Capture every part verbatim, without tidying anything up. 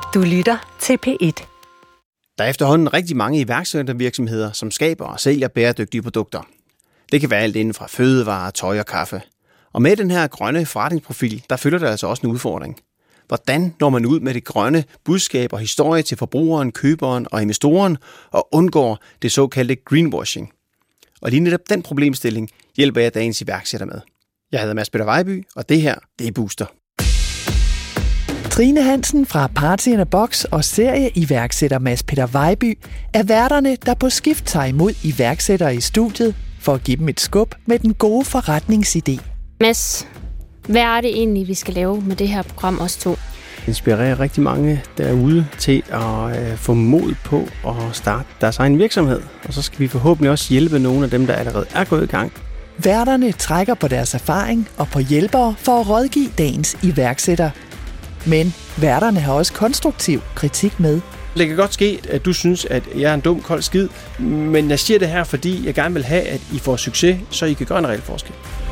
Du lytter til P et. Der er efterhånden rigtig mange iværksættervirksomheder, som skaber og sælger bæredygtige produkter. Det kan være alt inden fra fødevarer, tøj og kaffe. Og med den her grønne forretningsprofil, der følger der altså også en udfordring. Hvordan når man ud med det grønne budskab og historie til forbrugeren, køberen og investoren og undgår det såkaldte greenwashing? Og lige netop den problemstilling hjælper jeg dagens iværksætter med. Jeg hedder Mads Peter Vejby, og det her, det er Booster. Trine Hansen fra Party in a Box og serieiværksætter Mads Peter Vejby er værterne, der på skift tager imod iværksættere i studiet for at give dem et skub med den gode forretningsidé. Mads, hvad er det egentlig, vi skal lave med det her program, os to? Inspirerer rigtig mange derude til at øh, få mod på at starte deres egen virksomhed. Og så skal vi forhåbentlig også hjælpe nogle af dem, der allerede er gået i gang. Værterne trækker på deres erfaring og på hjælpere for at rådgive dagens iværksætter. Men værterne har også konstruktiv kritik med. Det kan godt ske, at du synes, at jeg er en dum, kold skid, men jeg siger det her, fordi jeg gerne vil have, at I får succes, så I kan gøre en reel forskel.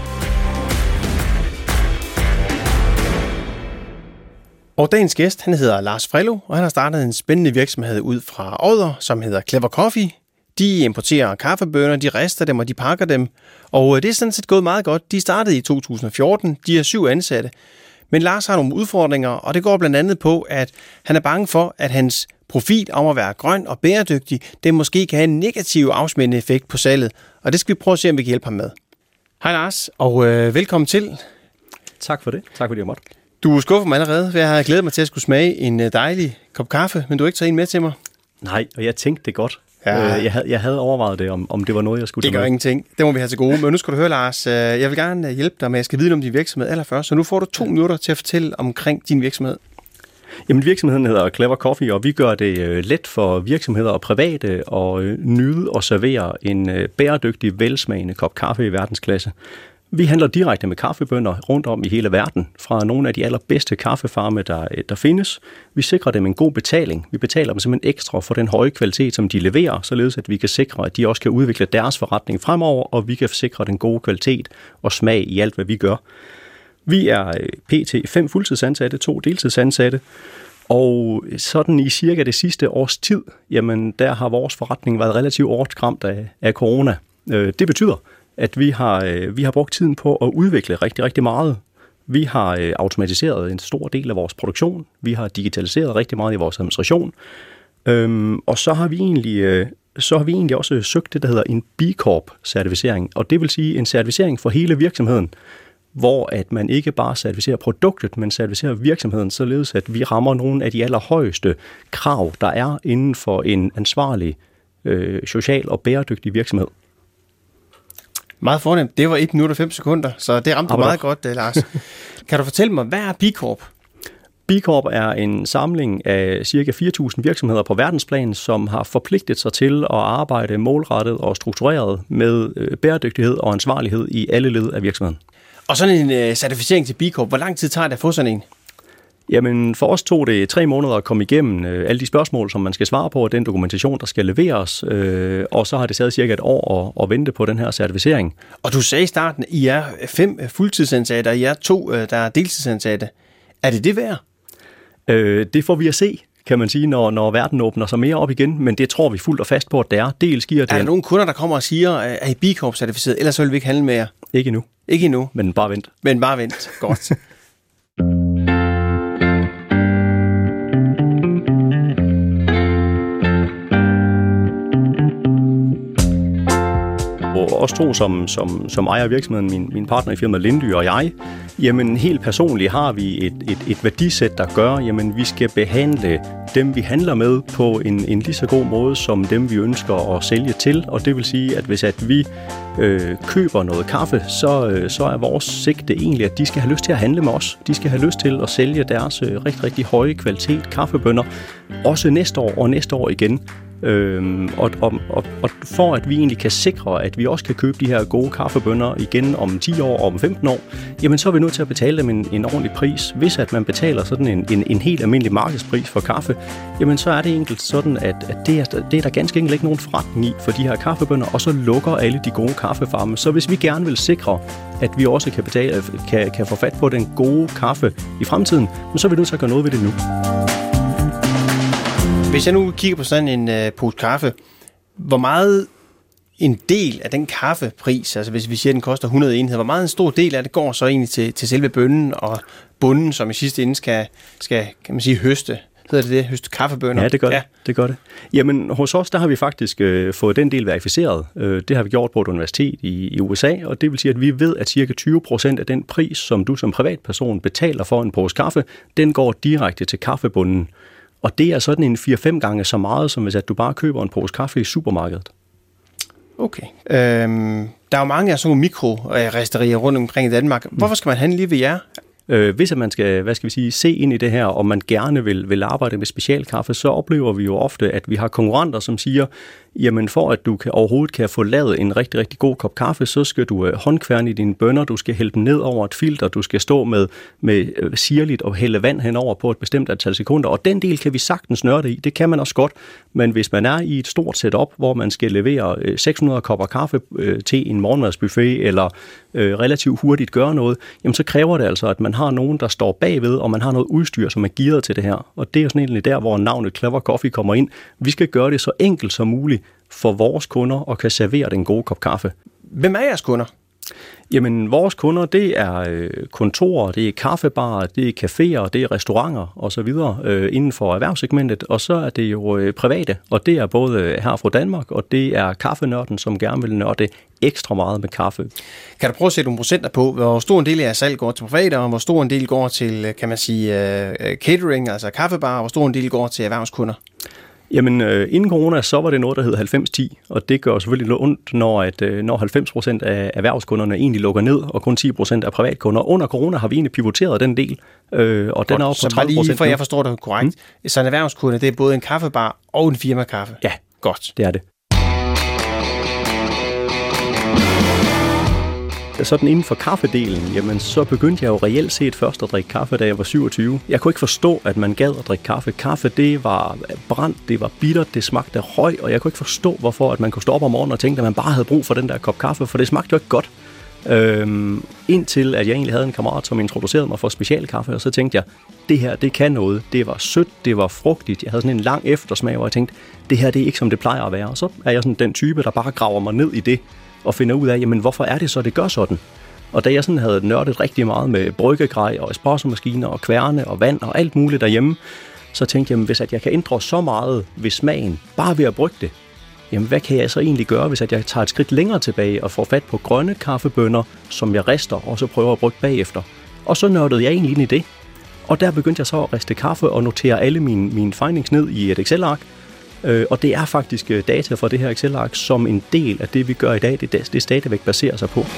Og dagens gæst, han hedder Lars Frello, og han har startet en spændende virksomhed ud fra Odder, som hedder Clever Coffee. De importerer kaffebønner, de rister dem, og de pakker dem. Og det er sådan set gået meget godt. De startede i to tusind og fjorten, de er syv ansatte. Men Lars har nogle udfordringer, og det går blandt andet på, at han er bange for, at hans profil om at være grøn og bæredygtig, det måske kan have en negativ afsmittende effekt på salget. Og det skal vi prøve at se, om vi kan hjælpe ham med. Hej Lars, og øh, velkommen til. Tak for det. Tak fordi jeg måtte. Du er skuffet mig allerede, for jeg havde glædet mig til at skulle smage en dejlig kop kaffe, men du har ikke taget en med til mig. Nej, og jeg tænkte det godt. Ja. Jeg havde, jeg havde overvejet det, om, om det var noget, jeg skulle tage med. Det gør ingenting. Det må vi have til gode. Men nu skal du høre, Lars. Jeg vil gerne hjælpe dig med, at jeg skal vide om din virksomhed allerførst. Så nu får du to minutter til at fortælle omkring din virksomhed. Jamen, virksomheden hedder Clever Coffee, og vi gør det let for virksomheder og private at nyde og servere en bæredygtig, velsmagende kop kaffe i verdensklasse. Vi handler direkte med kaffebønner rundt om i hele verden, fra nogle af de allerbedste kaffefarme, der, der findes. Vi sikrer dem en god betaling. Vi betaler dem simpelthen ekstra for den høje kvalitet, som de leverer, således at vi kan sikre, at de også kan udvikle deres forretning fremover, og vi kan sikre den gode kvalitet og smag i alt, hvad vi gør. Vi er pt. fem fuldtidsansatte, to deltidsansatte, og sådan i cirka det sidste års tid, jamen der har vores forretning været relativt hårdt ramt af, af corona. Det betyder, at vi har, vi har brugt tiden på at udvikle rigtig, rigtig meget. Vi har automatiseret en stor del af vores produktion. Vi har digitaliseret rigtig meget i vores administration. Øhm, og så har vi egentlig, så har vi egentlig også søgt det, der hedder en B Corp-certificering. Og det vil sige en certificering for hele virksomheden, hvor at man ikke bare certificerer produktet, men certificerer virksomheden, således at vi rammer nogle af de allerhøjeste krav, der er inden for en ansvarlig, øh, social og bæredygtig virksomhed. Meget fornemt. Det var et minut og fem sekunder, så det ramte du meget godt, Lars. Kan du fortælle mig, hvad er B Corp? B Corp er en samling af ca. fire tusind virksomheder på verdensplan, som har forpligtet sig til at arbejde målrettet og struktureret med bæredygtighed og ansvarlighed i alle led af virksomheden. Og sådan en uh, certificering til B Corp, hvor lang tid tager det at få sådan en? Jamen, for os tog det tre måneder at komme igennem øh, alle de spørgsmål, som man skal svare på, og den dokumentation, der skal leveres, øh, og så har det taget cirka et år at, at vente på den her certificering. Og du sagde i starten, at I er fem fuldtidsansatte, og I er to, der er deltidsansatte. Er det det værd? Øh, det får vi at se, kan man sige, når, når verden åbner sig mere op igen, men det tror vi fuldt og fast på, at det er. Dels giver det. Er der nogle kunder, der kommer og siger, at I B Corp-certificeret, ellers vil vi ikke handle med jer? Ikke endnu. Ikke endnu? Men bare vent. Men bare vent. Godt. Os to, som, som, som ejer virksomheden, min, min partner i firmaet Lindy og jeg, jamen helt personligt har vi et, et, et værdisæt, der gør, jamen vi skal behandle dem, vi handler med, på en, en lige så god måde, som dem, vi ønsker at sælge til. Og det vil sige, at hvis at vi øh, køber noget kaffe, så, øh, så er vores sigte egentlig, at de skal have lyst til at handle med os. De skal have lyst til at sælge deres øh, rigtig, rigtig høje kvalitet kaffebønner, også næste år og næste år igen. Øhm, og, og, og, og for at vi egentlig kan sikre, at vi også kan købe de her gode kaffebønner igen om ti år og om femten år, jamen så er vi nødt til at betale dem en, en ordentlig pris. Hvis at man betaler sådan en, en, en helt almindelig markedspris for kaffe, jamen så er det enkelt sådan, at, at det, er, det er der ganske enkelt ikke nogen forretning i for de her kaffebønner, og så lukker alle de gode kaffefarme. Så hvis vi gerne vil sikre, at vi også kan, betale, kan, kan få fat på den gode kaffe i fremtiden, så er vi nødt til at gøre noget ved det nu. Hvis jeg nu kigger på sådan en øh, pose kaffe, hvor meget en del af den kaffepris, altså hvis vi siger, at den koster hundrede enheder, hvor meget en stor del af det går så egentlig til, til selve bønnen og bunden, som i sidste ende skal, skal kan man sige, høste? Hedder det det? Høste kaffebønner? Ja, det gør det. Ja. det gør det. Jamen, hos os, der har vi faktisk øh, fået den del verificeret. Øh, det har vi gjort på et universitet i, i U S A, og det vil sige, at vi ved, at cirka tyve procent af den pris, som du som privatperson betaler for en pose kaffe, den går direkte til kaffebunden. Og det er sådan en fire fem gange så meget, som hvis at du bare køber en pose kaffe i supermarkedet. Okay. Øhm, der er jo mange af sådan nogle mikroresterier rundt omkring i Danmark. Hvorfor skal man handle lige ved jer? Øh, hvis at man skal, hvad skal vi sige, se ind i det her, og man gerne vil, vil arbejde med specialkaffe, så oplever vi jo ofte, at vi har konkurrenter, som siger, jamen for at du kan, overhovedet kan få lavet en rigtig, rigtig god kop kaffe, så skal du øh, håndkværne i dine bønner, du skal hælde dem ned over et filter, du skal stå med, med øh, sirligt og hælde vand henover på et bestemt antal sekunder, og den del kan vi sagtens nørde i, det kan man også godt, men hvis man er i et stort setup, hvor man skal levere øh, seks hundrede kopper kaffe øh, til en morgenmadsbuffet, eller øh, relativt hurtigt gøre noget, jamen så kræver det altså, at man har nogen, der står bagved, og man har noget udstyr, som er gearet til det her, og det er jo sådan egentlig der, hvor navnet Clever Coffee kommer ind. Vi skal gøre det så enkelt som muligt for vores kunder og kan servere den gode kop kaffe. Hvem er jeres kunder? Jamen, vores kunder, det er øh, kontorer, det er kaffebarer, det er caféer, det er restauranter osv. Øh, inden for erhvervssegmentet, og så er det jo øh, private, og det er både her fra Danmark, og det er kaffenørden, som gerne vil nørde ekstra meget med kaffe. Kan du prøve at sætte nogle procenter på, hvor stor en del af salg går til private, og hvor stor en del går til, kan man sige, uh, catering, altså kaffebarer, og hvor stor en del går til erhvervskunder? Jamen, øh, inden corona, så var det noget, der hed halvfems ti, og det gør selvfølgelig ondt, når, at, øh, når halvfems procent af erhvervskunderne egentlig lukker ned, og kun ti procent af privatkunder. Under corona har vi egentlig pivoteret den del, øh, og Godt, den er oppe på tredive procent. Så for jeg forstår det korrekt, mm. så en erhvervskunde, det er både en kaffebar og en firmakaffe? Ja, godt. Det er det. Sådan inden for kaffedelen, jamen så begyndte jeg jo reelt set først at drikke kaffe, da jeg var syvogtyve. Jeg kunne ikke forstå, at man gad at drikke kaffe. Kaffe, det var brændt, det var bittert, det smagte røg, og jeg kunne ikke forstå, hvorfor at man kunne stå op om morgenen og tænke, at man bare havde brug for den der kop kaffe, for det smagte jo ikke godt. Øhm, indtil at jeg egentlig havde en kammerat, som introducerede mig for specialkaffe, og så tænkte jeg, det her, det kan noget. Det var sødt, det var frugtigt. Jeg havde sådan en lang eftersmag, hvor jeg tænkte, det her, det er ikke som det plejer at være. Og så er jeg sådan den type, der bare graver mig ned i det, og finder ud af, jamen hvorfor er det så, det gør sådan? Og da jeg sådan havde nørdet rigtig meget med bryggegrej og espressomaskiner og kværne og vand og alt muligt derhjemme, så tænkte jeg, jamen, hvis at jeg kan ændre så meget ved smagen, bare ved at brygge det, jamen hvad kan jeg så egentlig gøre, hvis at jeg tager et skridt længere tilbage og får fat på grønne kaffebønner, som jeg rister og så prøver at brygge bagefter? Og så nørdede jeg egentlig ind i det. Og der begyndte jeg så at riste kaffe og notere alle mine, mine findings ned i et Excel-ark. Og det er faktisk data fra det her Excel-ark, som en del af det, vi gør i dag, det, det stadigvæk baserer sig på.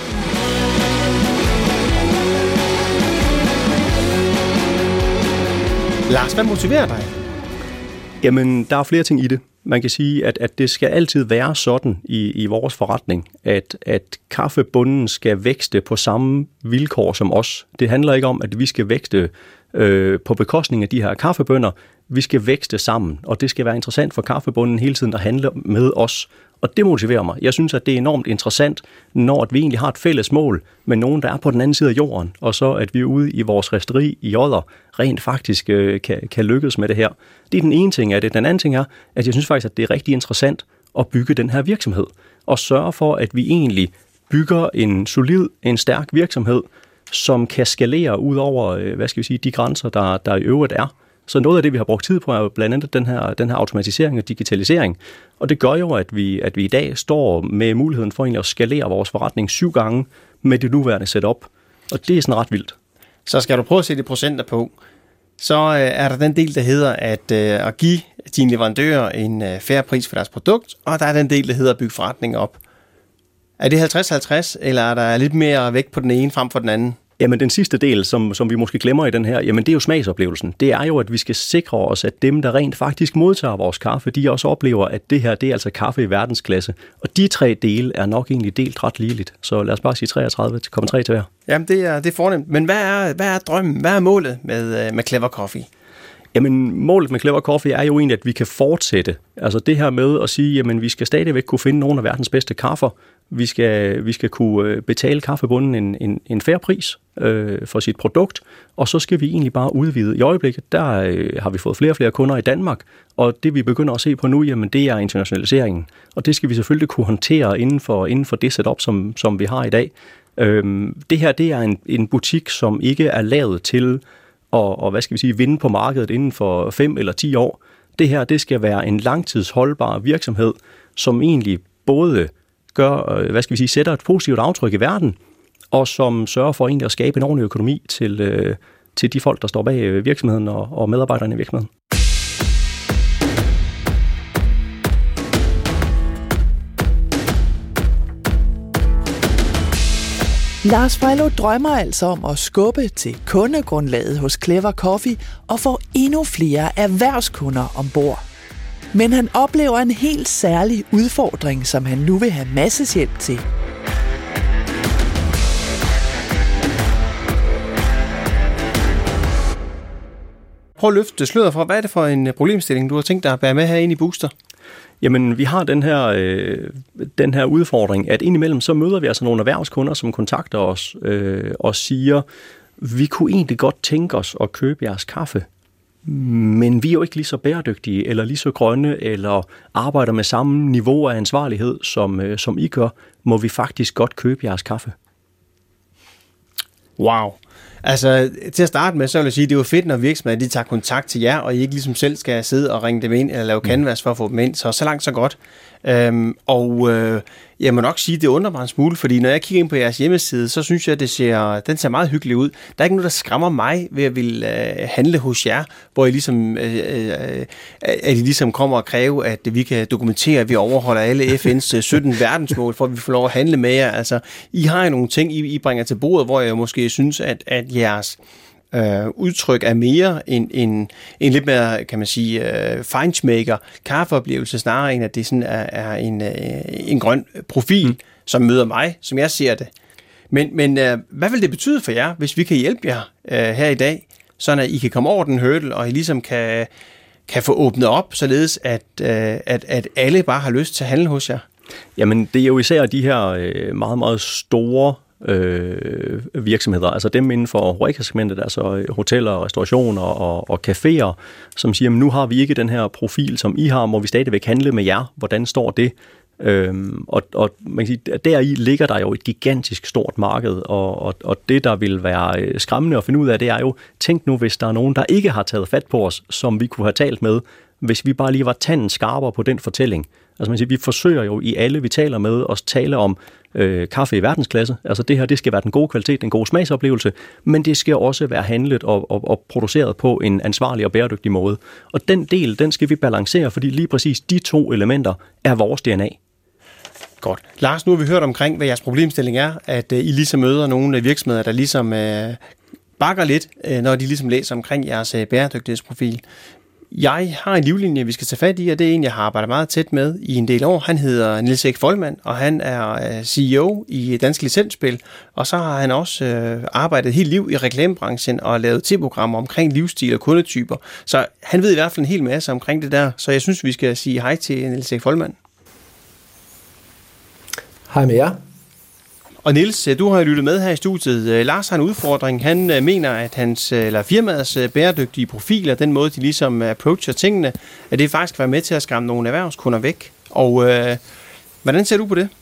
Lars, hvad motiverer dig? Jamen, der er flere ting i det. Man kan sige, at, at det skal altid være sådan i, i vores forretning, at, at kaffebunden skal vækste på samme vilkår som os. Det handler ikke om, at vi skal vækste øh, på bekostning af de her kaffebønner. Vi skal vækste sammen, og det skal være interessant for kaffebunden hele tiden at handle med os. Og det motiverer mig. Jeg synes, at det er enormt interessant, når vi egentlig har et fælles mål med nogen, der er på den anden side af jorden, og så at vi ude i vores resteri i Odder rent faktisk øh, kan, kan lykkes med det her. Det er den ene ting af det. Den anden ting er, at jeg synes faktisk, at det er rigtig interessant at bygge den her virksomhed, og sørge for, at vi egentlig bygger en solid, en stærk virksomhed, som kan skalere ud over, øh, hvad skal vi sige, de grænser, der, der i øvrigt er. Så noget af det, vi har brugt tid på, er jo blandt andet den her, den her automatisering og digitalisering. Og det gør jo, at vi, at vi i dag står med muligheden for egentlig at skalere vores forretning syv gange med det nuværende setup. Og det er sådan ret vildt. Så skal du prøve at sætte procenter på. Så øh, er der den del, der hedder at, øh, at give dine leverandører en øh, fair pris for deres produkt, og der er den del, der hedder at bygge forretningen op. Er det halvtreds halvtreds, eller er der lidt mere vægt på den ene frem for den anden? Jamen den sidste del, som, som vi måske glemmer i den her, jamen det er jo smagsoplevelsen. Det er jo, at vi skal sikre os, at dem, der rent faktisk modtager vores kaffe, de også oplever, at det her, det er altså kaffe i verdensklasse. Og de tre dele er nok egentlig delt ret ligeligt. Så lad os bare sige treogtredive komma tre til hver. Jamen det er, det er fornemt. Men hvad er, hvad er drømmen? Hvad er målet med, med Clever Coffee? Jamen, målet med Clever Coffee er jo egentlig, at vi kan fortsætte. Altså det her med at sige, jamen vi skal stadigvæk kunne finde nogle af verdens bedste kaffer. Vi skal, vi skal kunne betale kaffebunden en, en, en fair pris øh, for sit produkt, og så skal vi egentlig bare udvide. I øjeblikket, der øh, har vi fået flere og flere kunder i Danmark, og det vi begynder at se på nu, jamen det er internationaliseringen. Og det skal vi selvfølgelig kunne håndtere inden for, inden for det setup, som, som vi har i dag. Øhm, det her, det er en, en butik, som ikke er lavet til og, og hvad skal vi sige, vinde på markedet inden for fem eller ti år. Det her, det skal være en langtidsholdbar virksomhed, som egentlig både gør, hvad skal vi sige, sætter et positivt aftryk i verden, og som sørger for egentlig at skabe en ordentlig økonomi til, øh, til de folk, der står bag virksomheden og, og medarbejderne i virksomheden. Lars Frello drømmer altså om at skubbe til kundegrundlaget hos Clever Coffee og få endnu flere erhvervskunder ombord. Men han oplever en helt særlig udfordring, som han nu vil have masses hjælp til. Prøv at løfte sløret for, hvad er det for en problemstilling, du har tænkt dig at bære med herinde i Booster? Jamen, vi har den her, øh, den her udfordring, at indimellem så møder vi altså nogle erhvervskunder, som kontakter os øh, og siger, vi kunne egentlig godt tænke os at købe jeres kaffe, men vi er jo ikke lige så bæredygtige, eller lige så grønne, eller arbejder med samme niveau af ansvarlighed, som, øh, som I gør. Må vi faktisk godt købe jeres kaffe? Wow. Altså, til at starte med, så vil jeg sige, at det er jo fedt, når virksomheder de tager kontakt til jer, og I ikke ligesom selv skal sidde og ringe dem ind, eller lave canvas for at få dem ind. Så så langt, så godt. Øhm, og øh, jeg må nok sige, at det undrer mig en smule, fordi når jeg kigger ind på jeres hjemmeside, så synes jeg, at det ser, den ser meget hyggelig ud. Der er ikke noget, der skræmmer mig ved at ville øh, handle hos jer, hvor I ligesom, øh, øh, at I ligesom kommer og kræve, at vi kan dokumentere, at vi overholder alle F N's sytten verdensmål, for at vi får lov at handle med jer. Altså, I har jo nogle ting, I, I bringer til bordet, hvor jeg måske synes, at, at jeres Øh, udtryk er mere en, en, en lidt mere, kan man sige, øh, feinschmecker kaffeoplevelse, snarere end at det sådan er, er en, øh, en grøn profil, mm. som møder mig, som jeg ser det. Men, men øh, hvad vil det betyde for jer, hvis vi kan hjælpe jer øh, her i dag, sådan at I kan komme over den hurdle, og I ligesom kan, kan få åbnet op, således at, øh, at, at alle bare har lyst til at handle hos jer? Jamen, det er jo især de her øh, meget, meget store Øh, virksomheder, altså dem inden for HoReCa-segmentet, altså hoteller, restaurationer og, og caféer, som siger, nu har vi ikke den her profil, som I har, må vi stadigvæk handle med jer. Hvordan står det? Øhm, og, og man kan sige, deri ligger der jo et gigantisk stort marked, og, og, og det, der vil være skræmmende at finde ud af, det er jo, tænk nu, hvis der er nogen, der ikke har taget fat på os, som vi kunne have talt med, hvis vi bare lige var tanden skarpere på den fortælling. Altså man siger, vi forsøger jo i alle, vi taler med, at tale om øh, kaffe i verdensklasse. Altså det her, det skal være den gode kvalitet, den gode smagsoplevelse, men det skal også være handlet og, og, og produceret på en ansvarlig og bæredygtig måde. Og den del, den skal vi balancere, fordi lige præcis de to elementer er vores D N A. Godt. Lars, nu har vi hørt omkring, hvad jeres problemstilling er, at øh, I ligesom møder nogle virksomheder, der ligesom øh, bakker lidt, øh, når de ligesom læser omkring jeres øh, bæredygtighedsprofil. Jeg har en livlinje, vi skal tage fat i, og det er en, jeg har arbejdet meget tæt med i en del år. Han hedder Niels Erik Folman, og han er C E O i Dansk Licensspil, og så har han også øh, arbejdet helt liv i reklamebranchen og lavet T-programmer omkring livsstil og kundetyper. Så han ved i hvert fald en hel masse omkring det der, så jeg synes, vi skal sige hej til Niels Erik Folman. Hej med jer. Og Niels, du har jo lyttet med her i studiet. Lars har en udfordring. Han mener, at hans, eller firmaets bæredygtige profiler, den måde, de ligesom approacher tingene, at det faktisk kan være med til at skræmme nogle erhvervskunder væk. Og øh, hvordan ser du på det?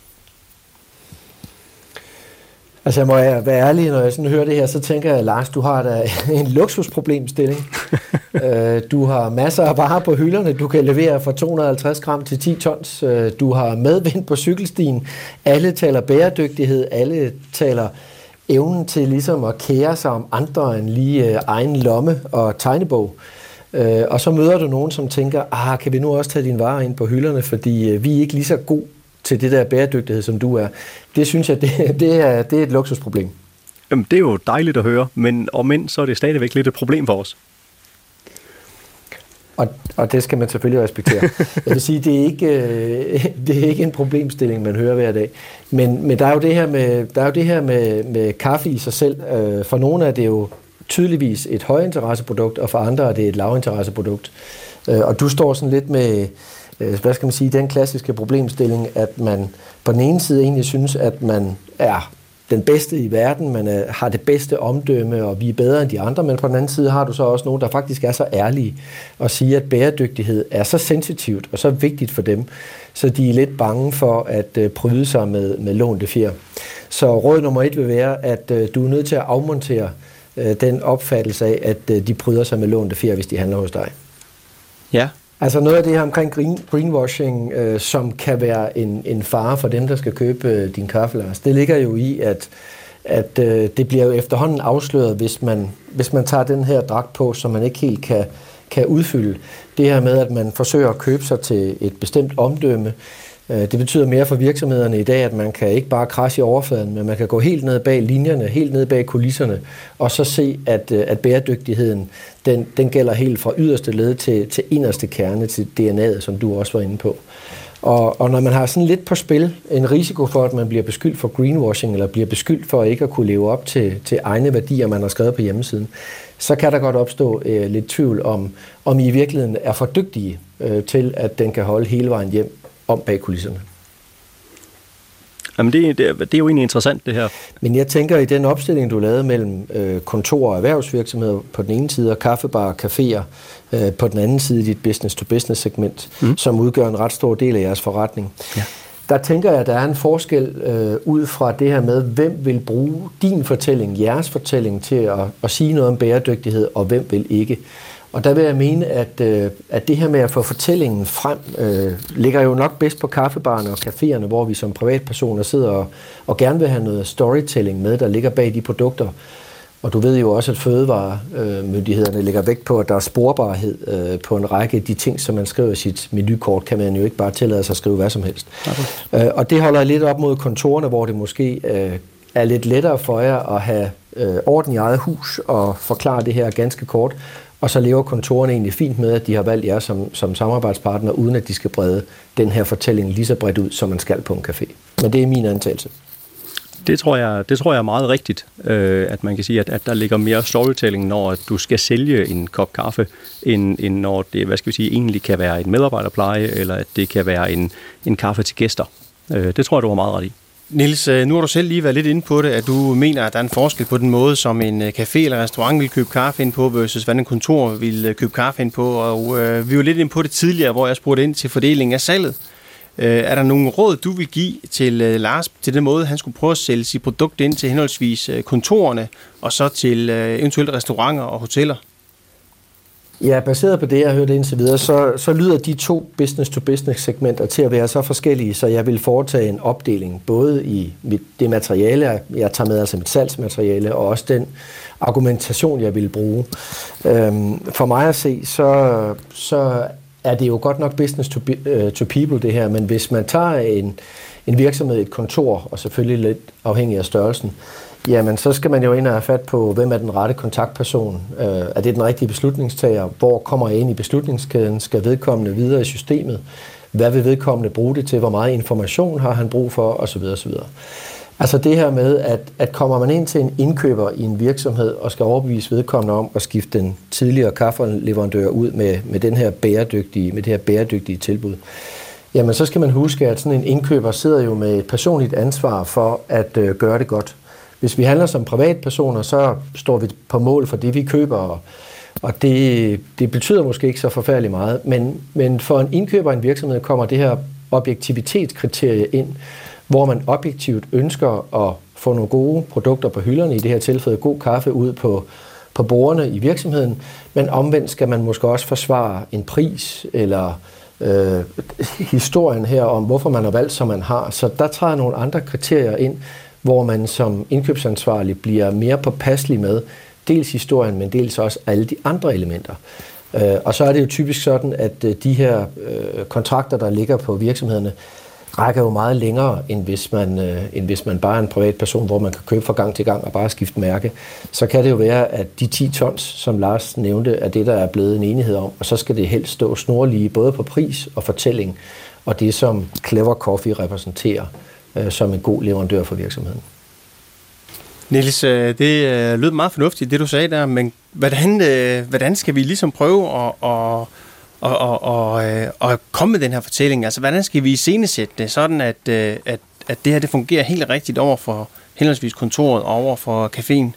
Altså jeg må være ærlig, når jeg sådan hører det her, så tænker jeg, Lars, du har da en luksusproblemstilling. Du har masser af varer på hylderne, du kan levere fra to hundrede og halvtreds gram til ti tons. Du har medvind på cykelstien. Alle taler bæredygtighed, alle taler evnen til ligesom at kære sig om andre end lige egen lomme og tegnebog. Og så møder du nogen, som tænker, ah, kan vi nu også tage dine varer ind på hylderne, fordi vi er ikke lige så god til det der bæredygtighed, som du er. Det synes jeg, det, det, er, det er et luksusproblem. Jamen, det er jo dejligt at høre, men om end, så er det stadigvæk lidt et problem for os. Og, og det skal man selvfølgelig respektere. Jeg vil sige, det er ikke, det er ikke en problemstilling, man hører hver dag. Men, men der er jo det her med, der er jo det her med, med kaffe i sig selv. For nogle er det jo tydeligvis et højinteresseprodukt, og for andre er det et lavinteresseprodukt. Og du står sådan lidt med, hvad skal man sige, den klassiske problemstilling, at man på den ene side egentlig synes, at man er den bedste i verden, man er, har det bedste omdømme, og vi er bedre end de andre, men på den anden side har du så også nogen, der faktisk er så ærlige og siger, at bæredygtighed er så sensitivt og så vigtigt for dem, så de er lidt bange for at uh, bryde sig med, med lånte fjer. Så råd nummer et vil være, at uh, du er nødt til at afmontere uh, den opfattelse af, at uh, de bryder sig med lånte fjer, hvis de handler hos dig. Ja. Altså noget af det her omkring green, greenwashing, øh, som kan være en, en fare for dem, der skal købe øh, din kaffe, Lars, det ligger jo i, at, at øh, det bliver jo efterhånden afsløret, hvis man, hvis man tager den her dragt på, som man ikke helt kan, kan udfylde. Det her med, at man forsøger at købe sig til et bestemt omdømme, øh, det betyder mere for virksomhederne i dag, at man kan ikke bare krasse i overfladen, men man kan gå helt ned bag linjerne, helt ned bag kulisserne, og så se, at, at bæredygtigheden, Den, den gælder helt fra yderste led til, til inderste kerne, til D N A'et, som du også var inde på. Og, og når man har sådan lidt på spil, en risiko for, at man bliver beskyldt for greenwashing, eller bliver beskyldt for ikke at kunne leve op til, til egne værdier, man har skrevet på hjemmesiden, så kan der godt opstå øh, lidt tvivl om, om I i virkeligheden er for dygtige øh, til, at den kan holde hele vejen hjem om bag kulisserne. Jamen det, det, det er jo egentlig interessant, det her. Men jeg tænker, i den opstilling, du lavede mellem øh, kontor- og erhvervsvirksomheder på den ene side, og kaffebarer og caféer øh, på den anden side, dit business-to-business-segment, mm. som udgør en ret stor del af jeres forretning. Ja. Der tænker jeg, at der er en forskel øh, ud fra det her med, hvem vil bruge din fortælling, jeres fortælling, til at, at sige noget om bæredygtighed, og hvem vil ikke. Og der vil jeg mene, at, øh, at det her med at få fortællingen frem, øh, ligger jo nok bedst på kaffebarerne og caféerne, hvor vi som privatpersoner sidder og, og gerne vil have noget storytelling med, der ligger bag de produkter. Og du ved jo også, at fødevaremyndighederne lægger vægt på, at der er sporbarhed øh, på en række af de ting, som man skriver i sit menukort, kan man jo ikke bare tillade sig at skrive hvad som helst. Okay. Øh, og det holder lidt op mod kontorerne, hvor det måske øh, er lidt lettere for jer at have øh, orden i eget hus og forklare det her ganske kort. Og så lever kontorerne egentlig fint med, at de har valgt jer som, som samarbejdspartner, uden at de skal brede den her fortælling lige så bredt ud, som man skal på en café. Men det er min antagelse. Det tror jeg, det tror jeg er meget rigtigt, øh, at man kan sige, at, at der ligger mere storytelling, når du skal sælge en kop kaffe, end, end når det, hvad skal vi sige, egentlig kan være en medarbejderpleje, eller at det kan være en, en kaffe til gæster. Øh, det tror jeg, du har meget ret i. Niels, nu har du selv lige været lidt inde på det, at du mener, at der er en forskel på den måde, som en café eller restaurant vil købe kaffe ind på, versus hvad en kontor vil købe kaffe ind på. Og øh, vi var lidt inde på det tidligere, hvor jeg spurgte ind til fordelingen af salget. Øh, er der nogle råd, du vil give til øh, Lars, til den måde, han skulle prøve at sælge sit produkt ind til henholdsvis øh, kontorerne, og så til øh, eventuelt restauranter og hoteller? Ja, baseret på det, jeg har hørt indtil videre, så, så lyder de to business-to-business-segmenter til at være så forskellige, så jeg vil foretage en opdeling, både i mit, det materiale, jeg tager med, altså mit salgsmateriale, og også den argumentation, jeg vil bruge. Øhm, for mig at se, så, så er det jo godt nok business to, uh, to people, det her, men hvis man tager en, en virksomhed, et kontor, og selvfølgelig lidt afhængig af størrelsen, jamen, så skal man jo ind og have fat på, hvem er den rette kontaktperson. Øh, er det den rigtige beslutningstager? Hvor kommer jeg ind i beslutningskæden? Skal vedkommende videre i systemet? Hvad vil vedkommende bruge det til? Hvor meget information har han brug for? Og så videre, og så videre. Altså det her med, at, at kommer man ind til en indkøber i en virksomhed og skal overbevise vedkommende om at skifte den tidligere kaffeleverandør ud med, med, den her bæredygtige, med det her bæredygtige tilbud, jamen så skal man huske, at sådan en indkøber sidder jo med et personligt ansvar for at øh, gøre det godt. Hvis vi handler som privatpersoner, så står vi på mål for det, vi køber, og det, det betyder måske ikke så forfærdeligt meget. Men, men for en indkøber af en virksomhed kommer det her objektivitetskriterie ind, hvor man objektivt ønsker at få nogle gode produkter på hylderne, i det her tilfælde god kaffe ud på, på bordene i virksomheden, men omvendt skal man måske også forsvare en pris eller øh, historien her om, hvorfor man har valgt, som man har. Så der træder nogle andre kriterier ind, hvor man som indkøbsansvarlig bliver mere påpasselig med dels historien, men dels også alle de andre elementer. Og så er det jo typisk sådan, at de her kontrakter, der ligger på virksomhederne, rækker jo meget længere, end hvis man, end hvis man bare er en privatperson, hvor man kan købe fra gang til gang og bare skifte mærke. Så kan det jo være, at de ti tons, som Lars nævnte, er det, der er blevet en enighed om, og så skal det helst stå snorlige både på pris og fortælling, og det som Clever Coffee repræsenterer som en god leverandør for virksomheden. Niels, det lød meget fornuftigt, det du sagde der, men hvordan, hvordan skal vi ligesom prøve at, at, at, at, at, at komme med den her fortælling? Altså, hvordan skal vi iscenesætte det, sådan at, at, at det her det fungerer helt rigtigt over for henholdsvis kontoret og over for caféen?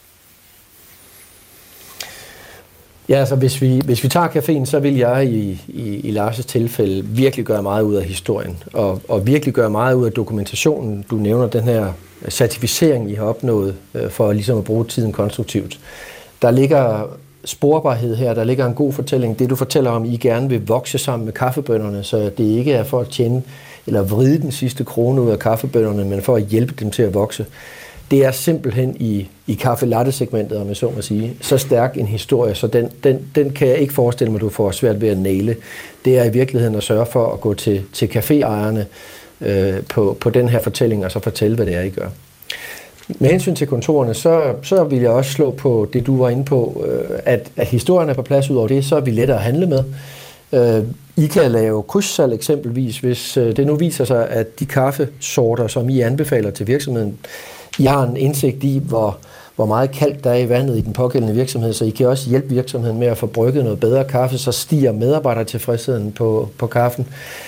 Ja, altså hvis vi, hvis vi tager caféen, så vil jeg i, i, i Lars' tilfælde virkelig gøre meget ud af historien, og, og virkelig gøre meget ud af dokumentationen. Du nævner den her certificering, I har opnået, øh, for ligesom at bruge tiden konstruktivt. Der ligger sporbarhed her, der ligger en god fortælling. Det du fortæller om, I gerne vil vokse sammen med kaffebønderne, så det ikke er for at tjene eller vride den sidste krone ud af kaffebønderne, men for at hjælpe dem til at vokse. Det er simpelthen i, i kaffe latte segmentet, om jeg så må sige, så stærk en historie, så den, den, den kan jeg ikke forestille mig, du får svært ved at næle. Det er i virkeligheden at sørge for at gå til, til caféejerne øh, på, på den her fortælling, og så fortælle, hvad det er, I gør. Med hensyn til kontorerne, så, så vil jeg også slå på det, du var inde på, øh, at, at historien er på plads ud over det, så er vi lettere at handle med. Øh, I kan lave krydssalg eksempelvis, hvis øh, det nu viser sig, at de kaffesorter, som I anbefaler til virksomheden, I har en indsigt i, hvor, hvor meget kalk der er i vandet i den pågældende virksomhed, så I kan også hjælpe virksomheden med at få brygget noget bedre kaffe, så stiger medarbejdertilfredsheden på, på kaffen.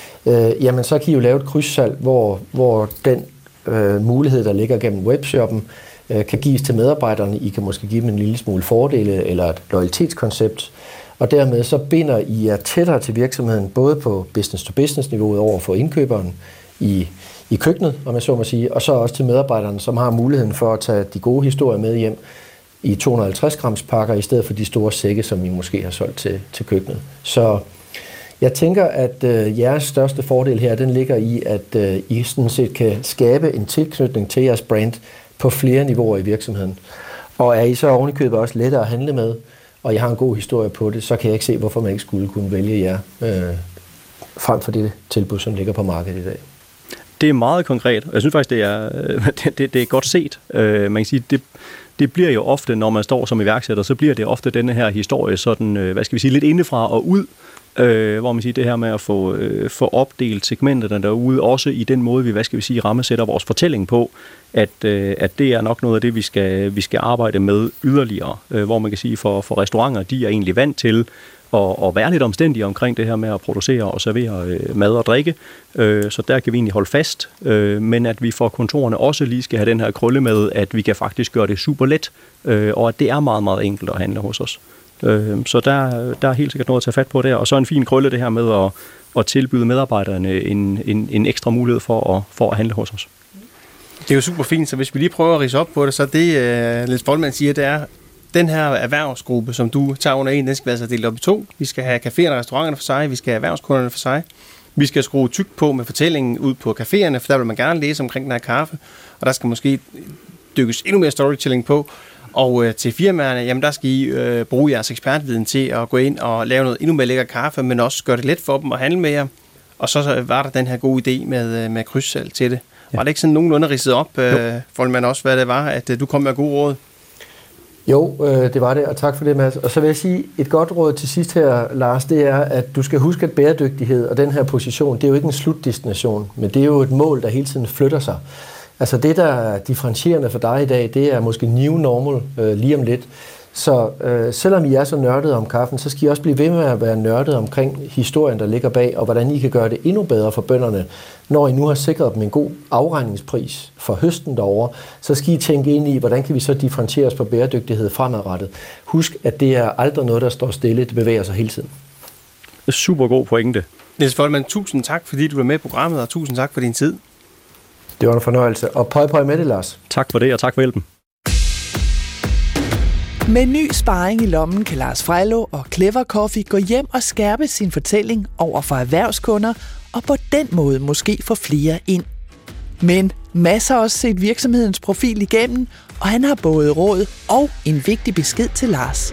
Øh, jamen så kan I jo lave et krydssalg, hvor, hvor den øh, mulighed, der ligger gennem webshoppen, øh, kan gives til medarbejderne. I kan måske give dem en lille smule fordele eller et loyalitetskoncept, og dermed så binder I jer tættere til virksomheden, både på business-to-business-niveauet over for indkøberen i i køkkenet, om jeg så må sige, og så også til medarbejderne, som har muligheden for at tage de gode historier med hjem i to hundrede og halvtreds grams pakker, i stedet for de store sække, som I måske har solgt til, til køkkenet. Så jeg tænker, at øh, jeres største fordel her, den ligger i, at øh, I sådan set kan skabe en tilknytning til jeres brand på flere niveauer i virksomheden. Og er I så ovenikøbet også lettere at handle med, og I har en god historie på det, så kan jeg ikke se, hvorfor man ikke skulle kunne vælge jer øh, frem for det tilbud, som ligger på markedet i dag. Det er meget konkret, og jeg synes faktisk, det er, det, det, det er godt set. Uh, man kan sige, det, det bliver jo ofte, når man står som iværksætter, så bliver det ofte denne her historie, sådan, uh, hvad skal vi sige, lidt indefra og ud, uh, hvor man siger det her med at få, uh, få opdelt segmenterne derude, også i den måde, vi, hvad skal vi sige, rammesætter vores fortælling på, at, uh, at det er nok noget af det, vi skal, vi skal arbejde med yderligere, uh, hvor man kan sige, for, for restauranter, de er egentlig vant til og, og være lidt omstændige omkring det her med at producere og servere øh, mad og drikke. Øh, så der kan vi egentlig holde fast. Øh, men at vi for kontorerne også lige skal have den her krølle med, at vi kan faktisk gøre det super let, øh, og at det er meget, meget enkelt at handle hos os. Øh, så der, der er helt sikkert noget at tage fat på der. Og så en fin krølle det her med at, at tilbyde medarbejderne en, en, en ekstra mulighed for at, for at handle hos os. Det er jo super fint, så hvis vi lige prøver at ridse op på det, så det, uh, Niels Folman siger, det er, den her erhvervsgruppe, som du tager under en, den skal altså delt op i to. Vi skal have caféerne og restauranterne for sig, vi skal have erhvervskunderne for sig. Vi skal skrue tykt på med fortællingen ud på caféerne, for der vil man gerne læse omkring den her kaffe, og der skal måske dykkes endnu mere storytelling på. Og øh, til firmaerne, jamen der skal I øh, bruge jeres ekspertviden til at gå ind og lave noget endnu mere lækker kaffe, men også gøre det let for dem at handle med jer. Og så var der den her gode idé med, med krydssalg til det. Ja. Var det ikke sådan nogenlunde ridset op, øh, Folman, også, hvad det var, at øh, du kom med gode råd? Jo, øh, det var det, og tak for det, Mads. Og så vil jeg sige, et godt råd til sidst her, Lars, det er, at du skal huske, at bæredygtighed og den her position, det er jo ikke en slutdestination, men det er jo et mål, der hele tiden flytter sig. Altså det, der er differentierende for dig i dag, det er måske new normal øh, lige om lidt. Så øh, selvom I er så nørdede om kaffen, så skal I også blive ved med at være nørdede omkring historien, der ligger bag, og hvordan I kan gøre det endnu bedre for bønderne. Når I nu har sikret dem en god afregningspris for høsten derovre, så skal I tænke ind i, hvordan kan vi så differentiere os på bæredygtighed fremadrettet. Husk, at det er aldrig noget, der står stille, det bevæger sig hele tiden. Super god pointe. Niels Folman, tusind tak, fordi du var med i programmet, og tusind tak for din tid. Det var en fornøjelse, og pøj pøj med det, Lars. Tak for det, og tak for hjælpen. Med ny sparring i lommen kan Lars Frejlo og Clever Coffee gå hjem og skærpe sin fortælling over for erhvervskunder, og på den måde måske få flere ind. Men Mads har også set virksomhedens profil igennem, og han har både råd og en vigtig besked til Lars.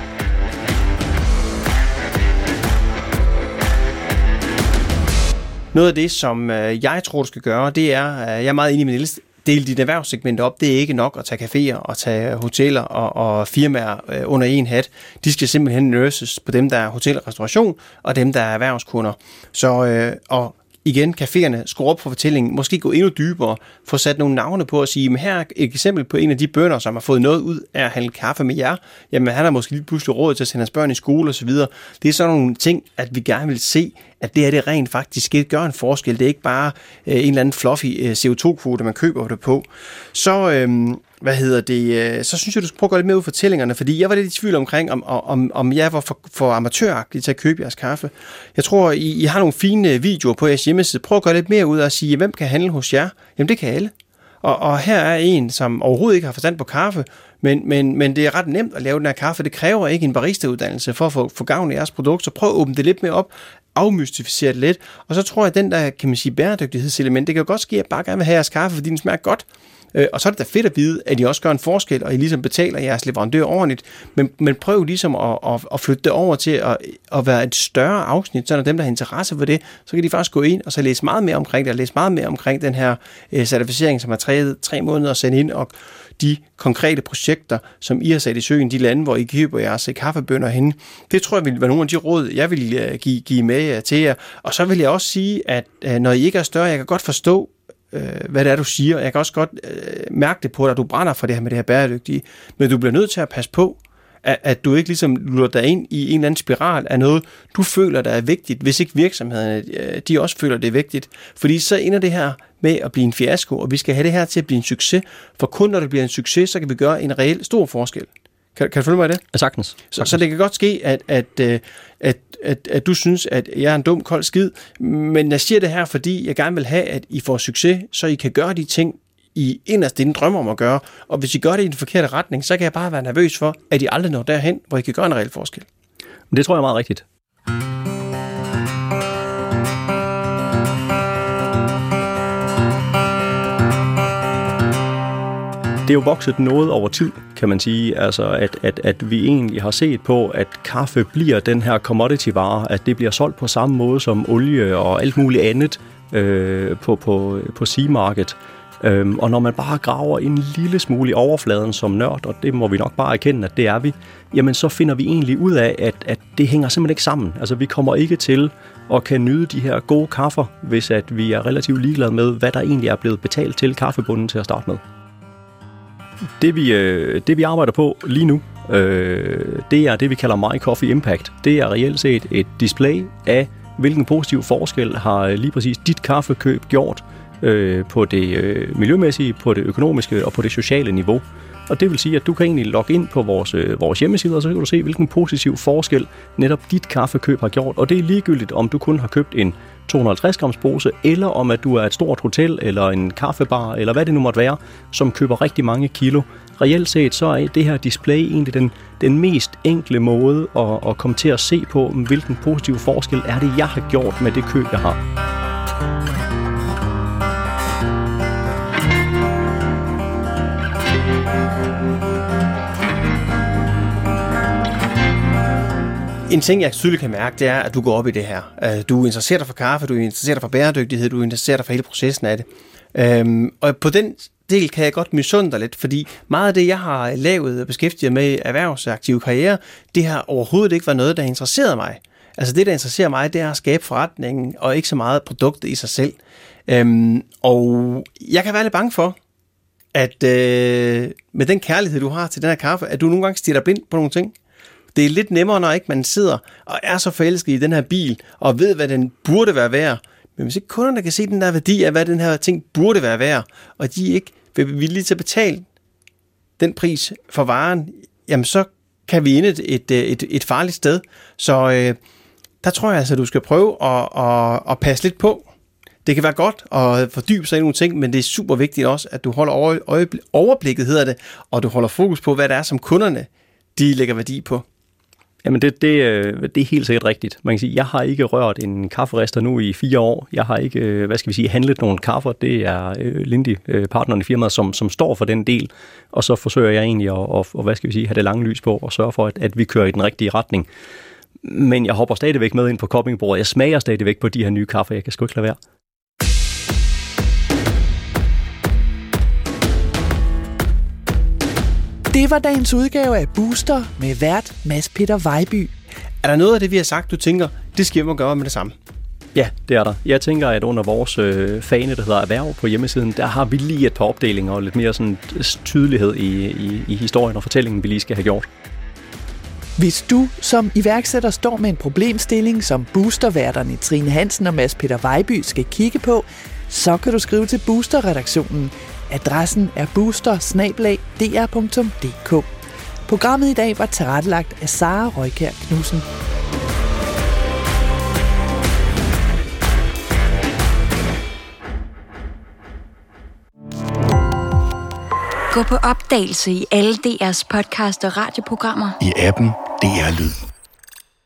Noget af det, som jeg tror, du skal gøre, det er, jeg er meget enig med Niels, dele dit erhvervssegment op. Det er ikke nok at tage caféer og tage hoteller og, og firmaer under en hat. De skal simpelthen nurses på dem, der er hotel og restauration, og dem, der er erhvervskunder. Så øh, og igen, caféerne skruer op for fortællingen, måske gå endnu dybere, få sat nogle navne på og sige, men her er et eksempel på en af de bønder, som har fået noget ud af at handle kaffe med jer. Jamen, han har måske lige pludselig råd til at sende hans børn i skole osv. Det er sådan nogle ting, at vi gerne vil se, at det her det rent faktisk gør en forskel. Det er ikke bare øh, en eller anden fluffy øh, C O to kvote, man køber det på. Så, øh, hvad hedder det, øh, så synes jeg, du skal prøve at gå lidt mere ud i fortællingerne, fordi jeg var lidt i tvivl omkring, om, om, om jeg var for, for amatøragtig til at købe jeres kaffe. Jeg tror, I, I har nogle fine videoer på jeres hjemmeside. Prøv at gøre lidt mere ud af at sige, hvem kan handle hos jer? Jamen, det kan alle. Og, og her er en, som overhovedet ikke har forstand på kaffe, men, men, men det er ret nemt at lave den her kaffe. Det kræver ikke en barista-uddannelse for at få, få gavn af jeres produkt, så prøv at åbne det lidt mere op, afmystificere det lidt, og så tror jeg, at den der, kan man sige, bæredygtighedselement, det kan jo godt ske, at jeg bare gerne vil have jeres kaffe, fordi den smager godt. Øh, og så er det da fedt at vide, at I også gør en forskel, og I ligesom betaler jeres leverandør ordentligt, men, men prøv ligesom at, at, at flytte det over til at, at være et større afsnit, så når dem, der har interesse for det, så kan de faktisk gå ind og så læse meget mere omkring det, og læse meget mere omkring den her øh, certificering, som har taget tre måneder at sende ind, og de konkrete projekter, som I har sat i søen, de lande, hvor I køber jeres kaffebønner henne. Det tror jeg vil være nogle af de råd, jeg vil give, give med til jer. Og så vil jeg også sige, at når I ikke er større, jeg kan godt forstå, hvad det er, du siger. Jeg kan også godt mærke det på dig, at du brænder for det her med det her bæredygtige. Men du bliver nødt til at passe på, at, at du ikke ligesom lurer dig ind i en eller anden spiral af noget, du føler, der er vigtigt, hvis ikke virksomhederne, de også føler, det er vigtigt. Fordi så ender det her med at blive en fiasko, og vi skal have det her til at blive en succes, for kun når det bliver en succes, så kan vi gøre en reel stor forskel. Kan, kan du følge mig i det? Ja, sagtens. Så, så det kan godt ske, at, at, at, at, at, at du synes, at jeg er en dum, kold skid, men jeg siger det her, fordi jeg gerne vil have, at I får succes, så I kan gøre de ting, I inderst inden drømmer om at gøre, og hvis I gør det i den forkerte retning, så kan jeg bare være nervøs for, at I aldrig når derhen, hvor I kan gøre en reel forskel. Det tror jeg er meget rigtigt. Det er jo vokset noget over tid, kan man sige, altså at, at, at vi egentlig har set på, at kaffe bliver den her commodity-vare, at det bliver solgt på samme måde som olie og alt muligt andet øh, på, på, på C-market. Øhm, og når man bare graver en lille smule i overfladen som nørd, og det må vi nok bare erkende, at det er vi, jamen så finder vi egentlig ud af, at, at det hænger simpelthen ikke sammen. Altså vi kommer ikke til at kan nyde de her gode kaffer, hvis at vi er relativt ligeglade med, hvad der egentlig er blevet betalt til kaffebunden til at starte med. Det vi, øh, det vi arbejder på lige nu, øh, det er det vi kalder My Coffee Impact. Det er reelt set et display af, hvilken positiv forskel har lige præcis dit kaffekøb gjort øh, på det øh, miljømæssige, på det økonomiske og på det sociale niveau. Og det vil sige, at du kan egentlig logge ind på vores, øh, vores hjemmeside, og så kan du se, hvilken positiv forskel netop dit kaffekøb har gjort. Og det er ligegyldigt, om du kun har købt en to hundrede og halvtreds grams pose, eller om at du er et stort hotel, eller en kaffebar, eller hvad det nu måtte være, som køber rigtig mange kilo. Reelt set, så er det her display egentlig den, den mest enkle måde at, at komme til at se på, hvilken positiv forskel er det, jeg har gjort med det køb, jeg har. En ting, jeg tydeligt kan mærke, det er, at du går op i det her. Du interesserer dig for kaffe, du interesserer dig for bæredygtighed, du interesserer dig for hele processen af det. Og på den del kan jeg godt misunde dig lidt, fordi meget af det, jeg har lavet og beskæftiget med erhvervsaktive karriere, det har overhovedet ikke været noget, der interesserede mig. Altså det, der interesserer mig, det er at skabe forretningen, og ikke så meget produktet i sig selv. Og jeg kan være lidt bange for, at med den kærlighed, du har til den her kaffe, at du nogle gange stirrer blind på nogle ting. Det er lidt nemmere, når ikke man sidder og er så forelsket i den her bil, og ved, hvad den burde være værd. Men hvis ikke kunderne kan se den der værdi af, hvad den her ting burde være værd, og de ikke vil være villige til at betale den pris for varen, jamen så kan vi ende et, et, et, et farligt sted. Så øh, der tror jeg altså, at du skal prøve at, at, at passe lidt på. Det kan være godt at fordybe sig i nogle ting, men det er super vigtigt også, at du holder over, overblikket, hedder det, og du holder fokus på, hvad det er, som kunderne de lægger værdi på. Jamen det, det, det er helt sikkert rigtigt. Man kan sige, jeg har ikke rørt en kafferester nu i fire år. Jeg har ikke, hvad skal vi sige, handlet nogle kaffer. Det er Lindy, partneren i firmaet, som, som står for den del. Og så forsøger jeg egentlig at, at, at hvad skal vi sige, have det lange lys på og sørge for, at, at vi kører i den rigtige retning. Men jeg hopper stadigvæk med ind på cuppingbordet. Jeg smager stadigvæk på de her nye kaffer. Jeg kan sgu ikke lade være. Det var dagens udgave af Booster med vært Mads Peter Vejby. Er der noget af det, vi har sagt, du tænker, det skal jeg gøre med det samme? Ja, det er der. Jeg tænker, at under vores øh, fane, der hedder Erhverv på hjemmesiden, der har vi lige et par opdelinger og lidt mere sådan tydelighed i, i, i historien og fortællingen, vi lige skal have gjort. Hvis du som iværksætter står med en problemstilling, som boosterværterne Trine Hansen og Mads Peter Vejby skal kigge på, så kan du skrive til Booster-redaktionen. Adressen er booster bindestreg d r punktum d k. Programmet i dag var tilrettelagt af Sara Røykjær Knudsen. Gå på opdagelse i alle D R's podcast og radioprogrammer. I appen D R Lyd.